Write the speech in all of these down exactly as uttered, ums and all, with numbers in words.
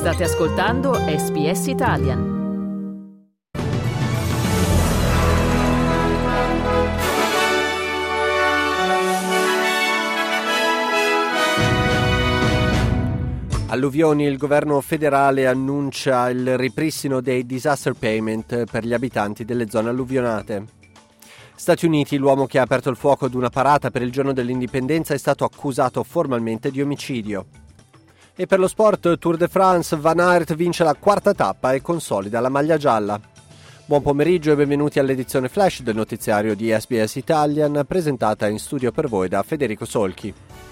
State ascoltando S B S Italian. Alluvioni, il governo federale annuncia il ripristino dei disaster payment per gli abitanti delle zone alluvionate. Stati Uniti, l'uomo che ha aperto il fuoco ad una parata per il giorno dell'indipendenza è stato accusato formalmente di omicidio. E per lo sport, Tour de France, Van Aert vince la quarta tappa e consolida la maglia gialla. Buon pomeriggio e benvenuti all'edizione flash del notiziario di S B S Italian, presentata in studio per voi da Federico Solchi.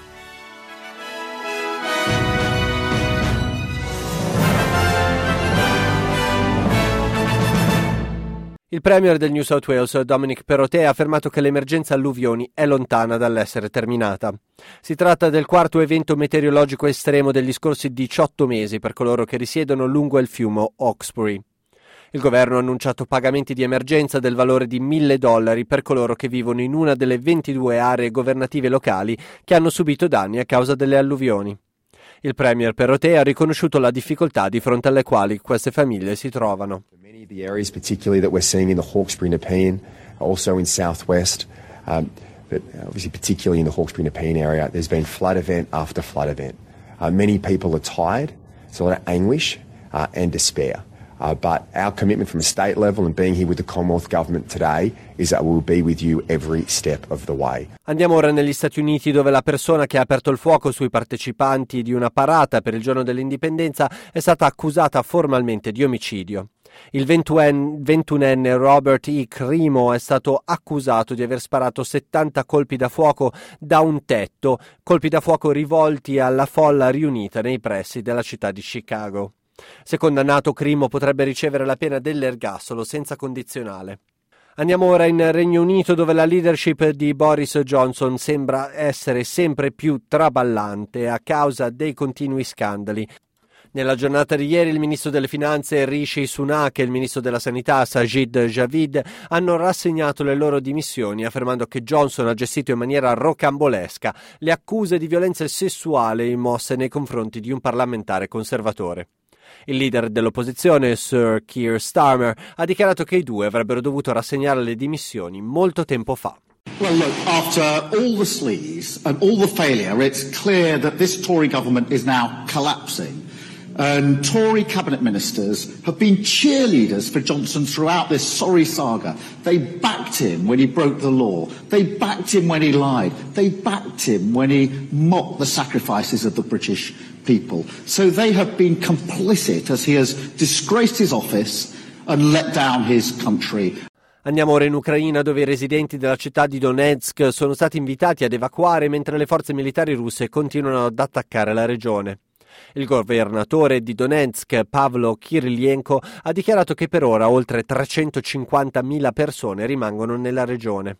Il premier del New South Wales, Dominic Perrottet, ha affermato che l'emergenza alluvioni è lontana dall'essere terminata. Si tratta del quarto evento meteorologico estremo degli scorsi diciotto mesi per coloro che risiedono lungo il fiume Hawkesbury. Il governo ha annunciato pagamenti di emergenza del valore di mille dollari per coloro che vivono in una delle ventidue aree governative locali che hanno subito danni a causa delle alluvioni. Il premier Perrottet ha riconosciuto la difficoltà di fronte alle quali queste famiglie si trovano. Many of the areas, particularly that we're seeing in the Hawkesbury Nepean, also in southwest, um, but obviously particularly in the Hawkesbury Nepean area, there's been flood event after flood event. Uh, many people are tired. There's a lot of anguish uh, and despair. Uh, but our commitment from a state level and being here with the Commonwealth Government today is that we will be with you every step of the way. Andiamo ora negli Stati Uniti, dove la persona che ha aperto il fuoco sui partecipanti di una parata per il giorno dell'indipendenza è stata accusata formalmente di omicidio. Il ventunenne Robert E. Crimo è stato accusato di aver sparato settanta colpi da fuoco da un tetto, colpi da fuoco rivolti alla folla riunita nei pressi della città di Chicago. Se condannato, Crimo potrebbe ricevere la pena dell'ergastolo senza condizionale. Andiamo ora in Regno Unito, dove la leadership di Boris Johnson sembra essere sempre più traballante a causa dei continui scandali. Nella giornata di ieri il ministro delle finanze Rishi Sunak e il ministro della sanità Sajid Javid hanno rassegnato le loro dimissioni, affermando che Johnson ha gestito in maniera rocambolesca le accuse di violenza sessuale mosse nei confronti di un parlamentare conservatore. Il leader dell'opposizione, Sir Keir Starmer, ha dichiarato che i due avrebbero dovuto rassegnare le dimissioni molto tempo fa. Well, look, after all the sleaze and all the failure, it's clear that this Tory government is now collapsing. And Tory cabinet ministers have been cheerleaders for Johnson throughout this sorry saga. They backed him when he broke the law. They backed him when he lied. They backed him when he mocked the sacrifices of the British people. So they have been complicit as he has disgraced his office and let down his country. Andiamo ora in Ucraina, dove i residenti della città di Donetsk sono stati invitati ad evacuare mentre le forze militari russe continuano ad attaccare la regione. Il governatore di Donetsk, Pavlo Kirilenko, ha dichiarato che per ora oltre trecentocinquantamila persone rimangono nella regione.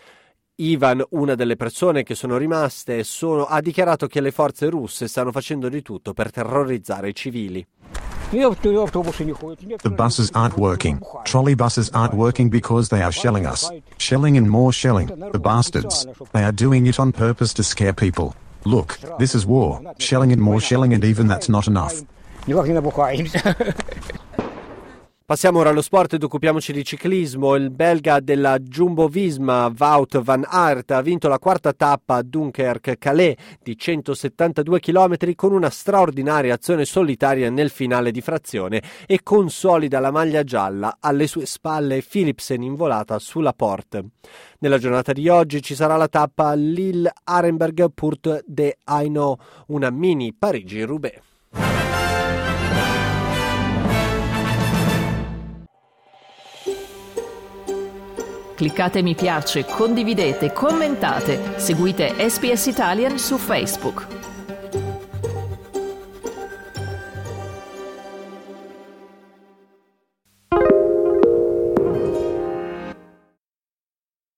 Ivan, una delle persone che sono rimaste, sono, ha dichiarato che le forze russe stanno facendo di tutto per terrorizzare i civili. The buses aren't working. Trolley buses aren't working because they are shelling us. Shelling and more shelling. The bastards. They are doing it on purpose to scare people. Look, this is war. Shelling and more shelling, and even that's not enough. Passiamo ora allo sport ed occupiamoci di ciclismo. Il belga della Jumbo-Visma, Wout van Aert, ha vinto la quarta tappa a Dunkerque-Calais di centosettantadue chilometri con una straordinaria azione solitaria nel finale di frazione e consolida la maglia gialla. Alle sue spalle Philipsen in volata sulla Porte. Nella giornata di oggi ci sarà la tappa Lille-Arenberg-Port de Hainaut, una mini Parigi-Roubaix. Cliccate mi piace, condividete, commentate, seguite S B S Italian su Facebook.